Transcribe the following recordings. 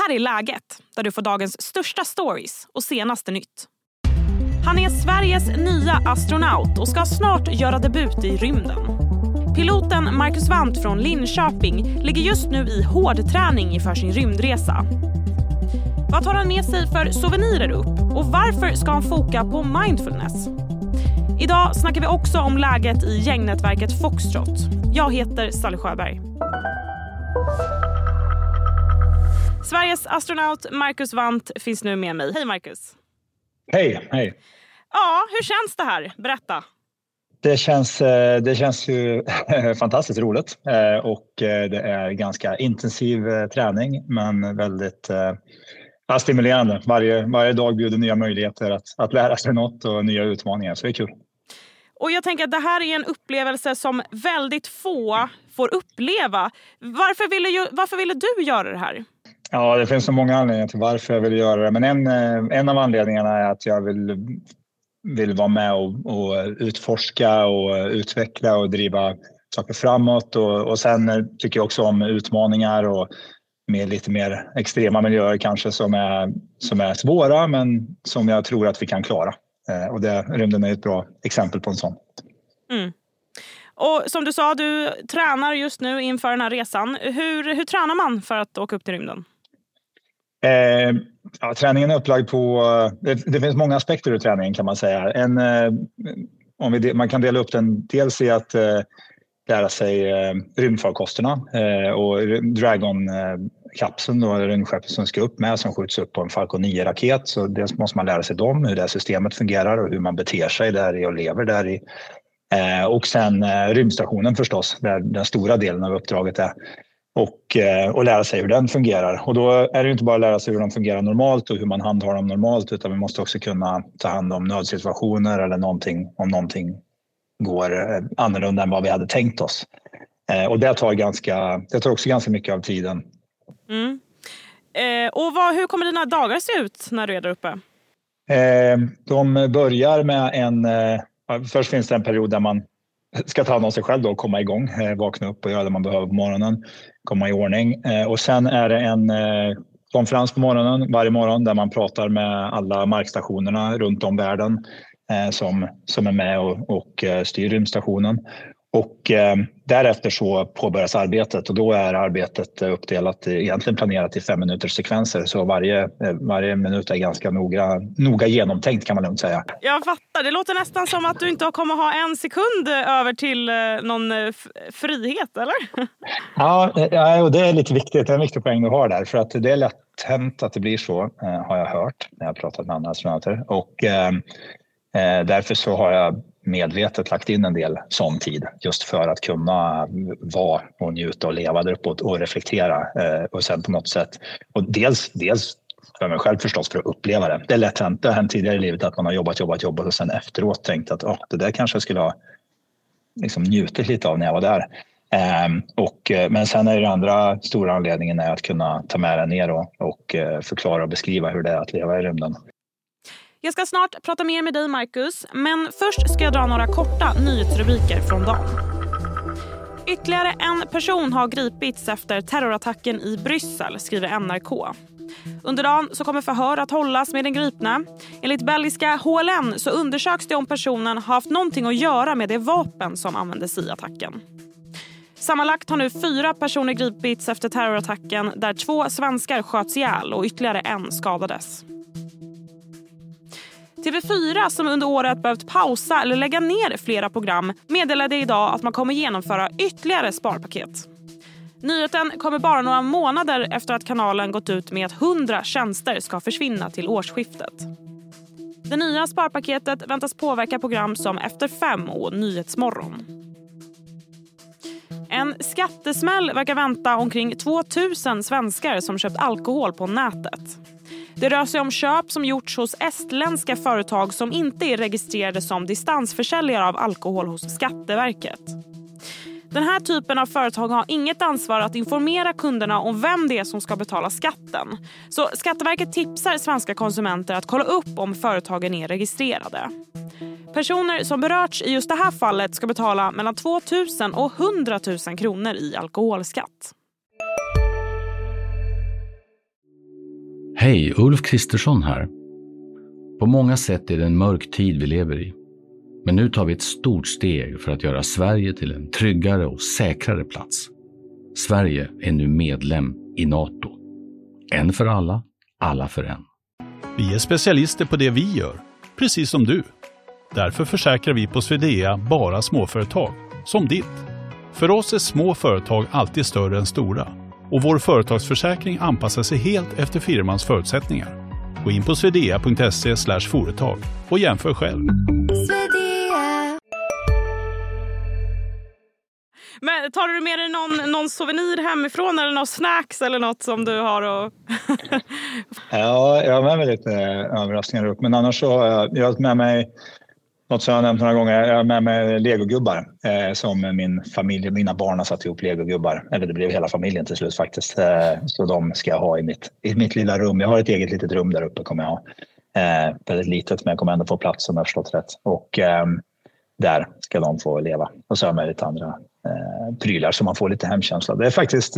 här är läget, där du får dagens största stories och senaste nytt. Han är Sveriges nya astronaut och ska snart göra debut i rymden. Piloten Marcus Wandt från Linköping ligger just nu i hård träning inför sin rymdresa. Vad tar han med sig för souvenirer upp och varför ska han foka på mindfulness? Idag snackar vi också om läget i gängnätverket Foxtrot. Jag heter Sally Sjöberg. Sveriges astronaut Marcus Wandt finns nu med mig. Hej Marcus. Hej. Ja, hur känns det här? Berätta. Det känns ju fantastiskt roligt och det är ganska intensiv träning men väldigt stimulerande. Varje dag bjuder nya möjligheter att lära sig något och nya utmaningar, så det är kul. Och jag tänker att det här är en upplevelse som väldigt få får uppleva. Varför ville du göra det här? Ja, det finns så många anledningar till varför jag vill göra det. Men en av anledningarna är att jag vill vara med och utforska och utveckla och driva saker framåt. Och sen tycker jag också om utmaningar och med lite mer extrema miljöer kanske som är svåra men som jag tror att vi kan klara. Och rymden är ett bra exempel på en sån. Mm. Och som du sa, du tränar just nu inför den här resan. Hur tränar man för att åka upp till rymden? Träningen är upplagd på... Det finns många aspekter i träningen kan man säga. Man kan dela upp den dels i att lära sig rymdfarkosterna och Dragon-kapseln och rymdskeppet som ska upp med som skjuts upp på en Falcon 9-raket. Så dels måste man lära sig hur det här systemet fungerar och hur man beter sig där i och lever där i. Och sen rymdstationen förstås, där den stora delen av uppdraget är. Och lära sig hur den fungerar. Och då är det inte bara att lära sig hur den fungerar normalt och hur man handhar dem normalt, utan vi måste också kunna ta hand om nödsituationer eller om någonting går annorlunda än vad vi hade tänkt oss. Och det tar också ganska mycket av tiden. Mm. Och hur kommer dina dagar se ut när du är där uppe? De börjar med först finns det en period där man ska ta hand om sig själv då och komma igång, vakna upp och göra det man behöver på morgonen, komma i ordning. Och sen är det en konferens på morgonen varje morgon där man pratar med alla markstationerna runt om världen som är med och styr rymdstationen. Och därefter så påbörjas arbetet och då är arbetet uppdelat, egentligen planerat i 5 minuters sekvenser. Så varje minut är ganska noga genomtänkt kan man lugnt säga. Jag fattar, det låter nästan som att du inte kommer ha en sekund över till någon frihet, eller? Ja, och det är lite viktigt, det är en viktig poäng du har där. För att det är lätt hänt att det blir så, har jag hört när jag har pratat med andra astronauter. Och därför så har jag medvetet lagt in en del sån tid just för att kunna vara och njuta och leva där uppe och reflektera och sen på något sätt och dels för mig själv förstås för att uppleva det. Det är lätt hänt, det har hänt tidigare i livet att man har jobbat och sen efteråt tänkt att det där kanske jag skulle ha liksom njutit lite av när jag var där. Men sen är det andra stora anledningen är att kunna ta med det ner och förklara och beskriva hur det är att leva i rymden. Jag ska snart prata mer med dig Marcus, men först ska jag dra några korta nyhetsrubriker från dagen. Ytterligare en person har gripits efter terrorattacken i Bryssel, skriver NRK. Under dagen så kommer förhör att hållas med den gripna. Enligt belgiska HLN så undersöks det om personen har haft någonting att göra med det vapen som användes i attacken. Sammanlagt har nu 4 personer gripits efter terrorattacken där 2 svenskar sköts ihjäl och ytterligare en skadades. TV4 som under året behövt pausa eller lägga ner flera program meddelade idag att man kommer genomföra ytterligare sparpaket. Nyheten kommer bara några månader efter att kanalen gått ut med att 100 tjänster ska försvinna till årsskiftet. Det nya sparpaketet väntas påverka program som Efter 5 och Nyhetsmorgon. En skattesmäll verkar vänta omkring 2000 svenskar som köpt alkohol på nätet. Det rör sig om köp som gjorts hos estländska företag som inte är registrerade som distansförsäljare av alkohol hos Skatteverket. Den här typen av företag har inget ansvar att informera kunderna om vem det är som ska betala skatten. Så Skatteverket tipsar svenska konsumenter att kolla upp om företagen är registrerade. Personer som berörts i just det här fallet ska betala mellan 2 000 och 100 000 kronor i alkoholskatt. Hej, Ulf Kristersson här. På många sätt är det en mörk tid vi lever i. Men nu tar vi ett stort steg för att göra Sverige till en tryggare och säkrare plats. Sverige är nu medlem i NATO. En för alla, alla för en. Vi är specialister på det vi gör, precis som du. Därför försäkrar vi på Swedea bara småföretag, som ditt. För oss är små företag alltid större än stora. Och vår företagsförsäkring anpassar sig helt efter firmans förutsättningar. Gå in på swedea.se/företag och jämför själv. Men tar du med dig någon souvenir hemifrån eller någon snacks eller något som du har? Ja, jag har med mig lite överraskningar upp. Men annars så jag har med mig något som jag har nämnt några gånger. Jag har med mig legogubbar som mina barn har satt ihop legogubbar. Eller det blev hela familjen till slut faktiskt. Så de ska jag ha i mitt lilla rum. Jag har ett eget litet rum där uppe kommer jag ha. Väldigt litet men jag kommer ändå få plats om jag har förstått rätt. Och där ska de få leva. Och så har jag med lite andra prylar så man får lite hemkänsla. Det är faktiskt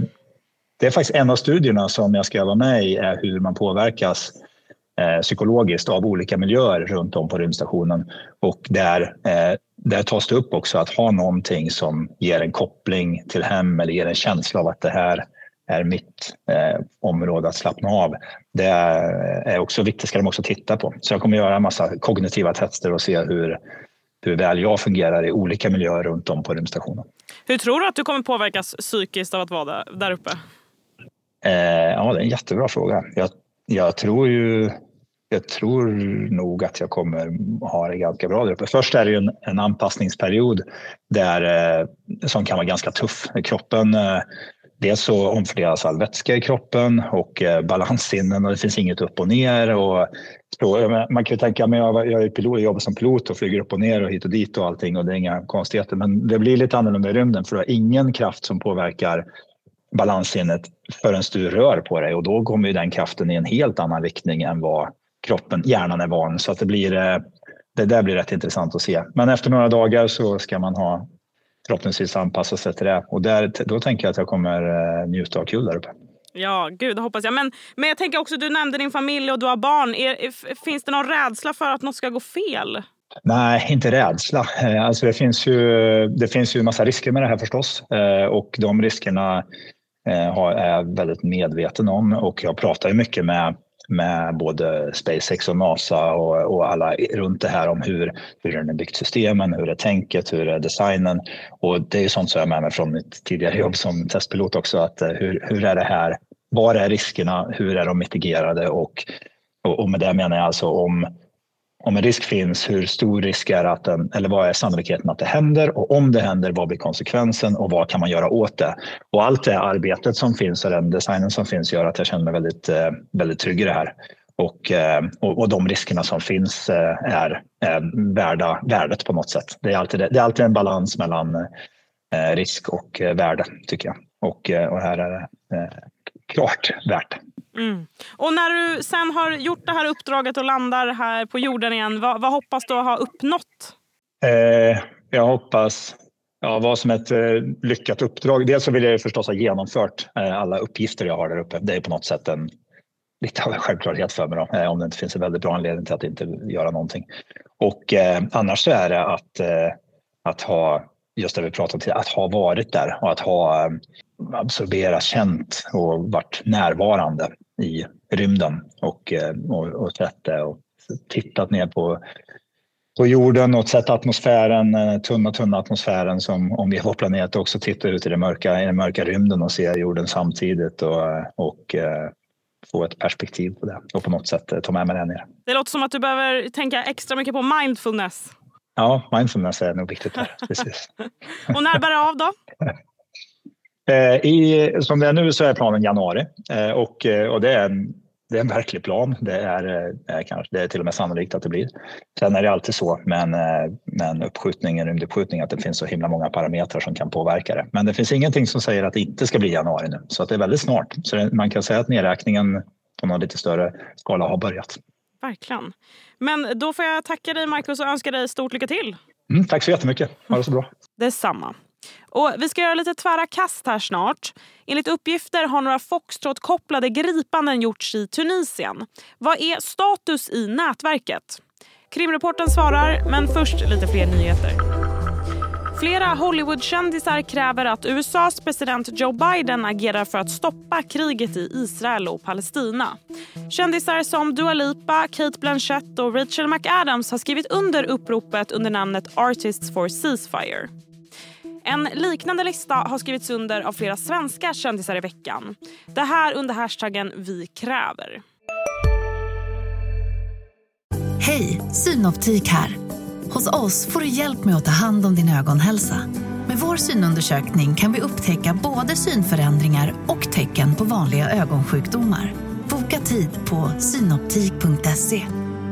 en av studierna som jag ska vara med i är hur man påverkas psykologiskt av olika miljöer runt om på rymdstationen. Och där tas det upp också att ha någonting som ger en koppling till hem eller ger en känsla av att det här är mitt område att slappna av. Det är också viktigt, ska de också titta på. Så jag kommer göra en massa kognitiva tester och se hur väl jag fungerar i olika miljöer runt om på rymdstationen. Hur tror du att du kommer påverkas psykiskt av att vara där uppe? Ja, det är en jättebra fråga. Jag tror nog att jag kommer ha det ganska bra där uppe. Först är det ju en anpassningsperiod som kan vara ganska tuff. Kroppen, dels så omfördelas all vätska i kroppen och balanssinnen och det finns inget upp och ner. Och man kan ju tänka, men jag är pilot, jag jobbar som pilot och flyger upp och ner och hit och dit och allting och det är inga konstigheter. Men det blir lite annorlunda i rymden för det har ingen kraft som påverkar balanssinnet förrän du rör på dig och då kommer ju den kraften i en helt annan riktning än vad hjärnan är van. Så att det där blir rätt intressant att se. Men efter några dagar så ska man förhoppningsvis anpassa sig till det. Och då tänker jag att jag kommer njuta av kul där uppe. Ja, gud, det hoppas jag. Men jag tänker också, du nämnde din familj och du har barn. Finns det någon rädsla för att något ska gå fel? Nej, inte rädsla. Alltså det finns ju en massa risker med det här förstås. Och de riskerna är jag väldigt medveten om. Och jag pratar ju mycket med både SpaceX och NASA och alla runt det här om hur är byggt systemen, hur är tänket, hur är designen. Och det är ju sånt som jag är med mig från mitt tidigare jobb som testpilot också. Att hur är det här? Var är riskerna? Hur är de mitigerade? Och med det menar jag alltså om en risk finns, hur stor risk är eller vad är sannolikheten att det händer? Och om det händer, vad blir konsekvensen och vad kan man göra åt det? Och allt det arbetet som finns och den designen som finns gör att jag känner mig väldigt, väldigt trygg i det här. Och de riskerna som finns är värda värdet på något sätt. Det är alltid en balans mellan risk och värde tycker jag. Och här är det klart värt. Mm. Och när du sen har gjort det här uppdraget och landar här på jorden igen, vad hoppas du ha uppnått? Jag hoppas vad som ett lyckat uppdrag. Dels så vill jag förstås ha genomfört alla uppgifter jag har där uppe. Det är på något sätt lite av en självklarhet för mig då, om det inte finns en väldigt bra anledning till att inte göra någonting. Och annars så är det att ha, just det vi pratade om till, att ha varit där och att ha absorberat, känt och varit närvarande i rymden och sett det och tittat ner på jorden och sett atmosfären, tunna atmosfären som om vi är på planet också tittar ut i den mörka rymden och ser jorden samtidigt och få ett perspektiv på det och på något sätt ta med mig det ner. Det låter som att du behöver tänka extra mycket på mindfulness. Ja, mindfulness är nog viktigt här, precis. Och när bär det av då? Som det är nu så är planen januari och det är en verklig plan. Det är till och med sannolikt att det blir. Sen är det alltid så med en rymduppskjutning att det finns så himla många parametrar som kan påverka det. Men det finns ingenting som säger att det inte ska bli januari nu. Så att det är väldigt snart. Så man kan säga att nedräkningen på någon lite större skala har börjat. Verkligen. Men då får jag tacka dig Marcus och önska dig stort lycka till. Tack så jättemycket. Ha det så bra. Detsamma. Och vi ska göra lite tvära kast här snart. Enligt uppgifter har några Foxtrot-kopplade gripanden gjorts i Tunisien. Vad är status i nätverket? Krimreporten svarar, men först lite fler nyheter. Flera Hollywoodkändisar kräver att USAs president Joe Biden agerar för att stoppa kriget i Israel och Palestina. Kändisar som Dua Lipa, Kate Blanchett och Rachel McAdams har skrivit under uppropet under namnet Artists for Ceasefire. En liknande lista har skrivits under av flera svenska kändisar i veckan. Det här under hashtaggen Vi kräver. Hej, Synoptik här. Hos oss får du hjälp med att ta hand om din ögonhälsa. Med vår synundersökning kan vi upptäcka både synförändringar och tecken på vanliga ögonsjukdomar. Boka tid på synoptik.se.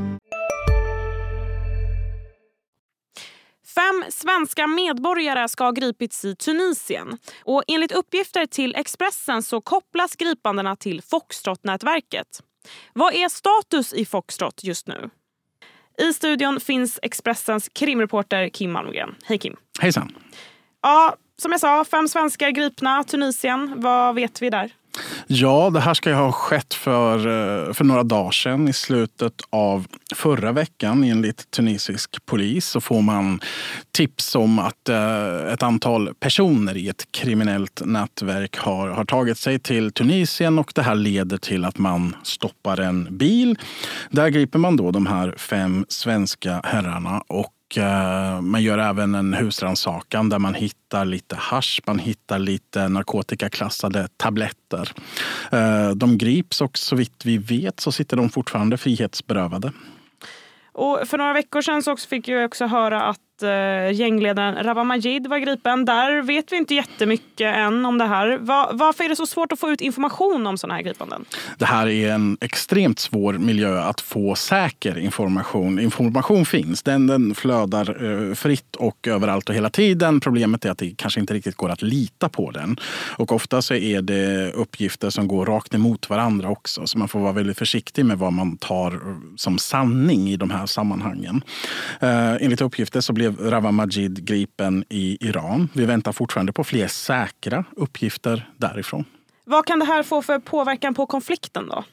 5 svenska medborgare ska ha gripits i Tunisien. Och enligt uppgifter till Expressen så kopplas gripandena till Foxtrot-nätverket. Vad är status i Foxtrot just nu? I studion finns Expressens krimreporter Kim Malmgren. Hej Kim. Hejsan. Ja, som jag sa, 5 svenskar gripna, Tunisien. Vad vet vi där? Ja, det här ska ju ha skett för några dagar sedan. I slutet av förra veckan, enligt tunisisk polis, så får man tips om att ett antal personer i ett kriminellt nätverk har tagit sig till Tunisien, och det här leder till att man stoppar en bil. Där griper man då de här 5 svenska herrarna, och man gör även en husrannsakan där man hittar lite hasch, man hittar lite narkotikaklassade tabletter. De grips, och så vitt vi vet så sitter de fortfarande frihetsberövade. Och för några veckor sedan så fick jag också höra att gängledaren Rawa Majid var gripen. Där vet vi inte jättemycket än om det här. Varför är det så svårt att få ut information om sådana här gripanden? Det här är en extremt svår miljö att få säker information. Information finns, den flödar fritt och överallt och hela tiden. Problemet är att det kanske inte riktigt går att lita på den. Och ofta så är det uppgifter som går rakt emot varandra också. Så man får vara väldigt försiktig med vad man tar som sanning i de här sammanhangen. Enligt uppgifter så blev Rawa Majid gripen i Iran. Vi väntar fortfarande på fler säkra uppgifter därifrån. Vad kan det här få för påverkan på konflikten då?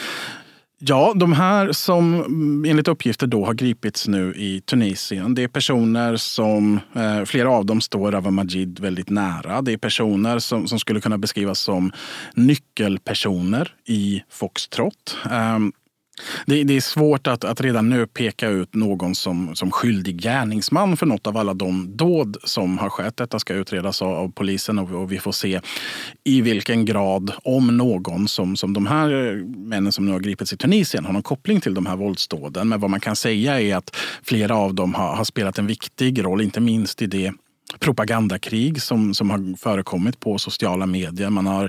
Ja, de här som enligt uppgifter då har gripits nu i Tunisien, det är personer som, flera av dem står Rawa Majid väldigt nära. Det är personer som skulle kunna beskrivas som nyckelpersoner i Foxtrot. Det är svårt att redan nu peka ut någon som skyldig gärningsman för något av alla de dåd som har skett. Detta ska utredas av polisen, och vi får se i vilken grad, om någon, som de här männen som nu har gripits i Tunisien har någon koppling till de här våldsdåden. Men vad man kan säga är att flera av dem har spelat en viktig roll, inte minst i det propagandakrig som har förekommit på sociala medier. Man har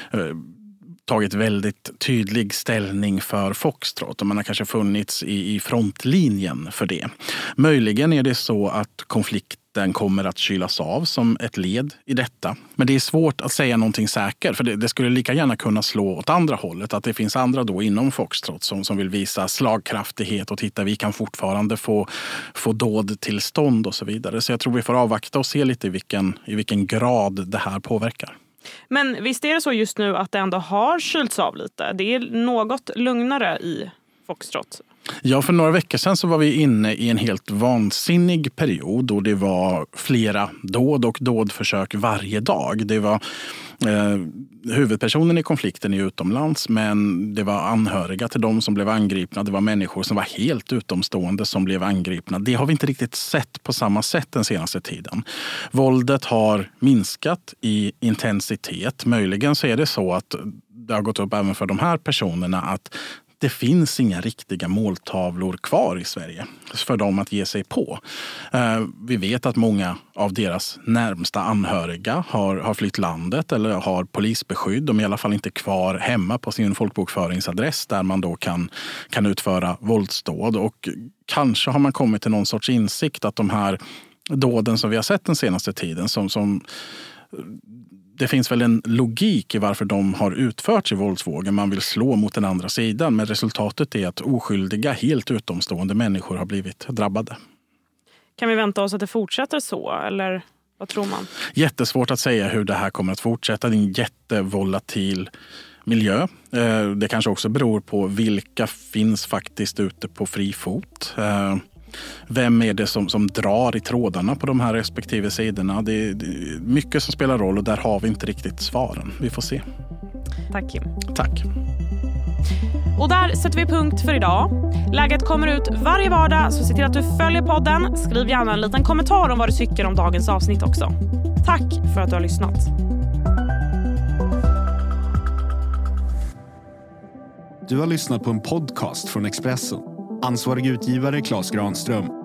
tagit väldigt tydlig ställning för Foxtrot, och man har kanske funnits i frontlinjen för det. Möjligen är det så att konflikten kommer att kylas av som ett led i detta. Men det är svårt att säga någonting säkert, för det skulle lika gärna kunna slå åt andra hållet. Att det finns andra då inom Foxtrot som vill visa slagkraftighet och titta, vi kan fortfarande få dåd till stånd och så vidare. Så jag tror vi får avvakta och se lite i vilken grad det här påverkar. Men visst är det så just nu att det ändå har kylts av lite? Det är något lugnare i Foxtrot. Ja, för några veckor sedan så var vi inne i en helt vansinnig period, och det var flera dåd och dådförsök varje dag. Det var huvudpersonen i konflikten är utomlands, men det var anhöriga till de som blev angripna. Det var människor som var helt utomstående som blev angripna. Det har vi inte riktigt sett på samma sätt den senaste tiden. Våldet har minskat i intensitet. Möjligen så är det så att det har gått upp även för de här personerna att det finns inga riktiga måltavlor kvar i Sverige för dem att ge sig på. Vi vet att många av deras närmsta anhöriga har flytt landet eller har polisbeskydd. De är i alla fall inte kvar hemma på sin folkbokföringsadress där man då kan utföra våldsdåd. Och kanske har man kommit till någon sorts insikt att de här dåden som vi har sett den senaste tiden som det finns väl en logik i varför de har utförts i våldsvågen. Man vill slå mot den andra sidan, men resultatet är att oskyldiga, helt utomstående människor har blivit drabbade. Kan vi vänta oss att det fortsätter så, eller Vad tror man? Jättesvårt att säga hur det här kommer att fortsätta. Det är en jättevolatil miljö. Det kanske också beror på vilka finns faktiskt ute på fri fot. Vem är det som drar i trådarna på de här respektive sidorna? Det är mycket som spelar roll och där har vi inte riktigt svaren. Vi får se. Tack Kim. Tack. Och där sätter vi punkt för idag. Läget kommer ut varje vardag, så se till att du följer podden. Skriv gärna en liten kommentar om vad du tycker om dagens avsnitt också. Tack för att du har lyssnat. Du har lyssnat på en podcast från Expressen. Ansvarig utgivare Claes Granström.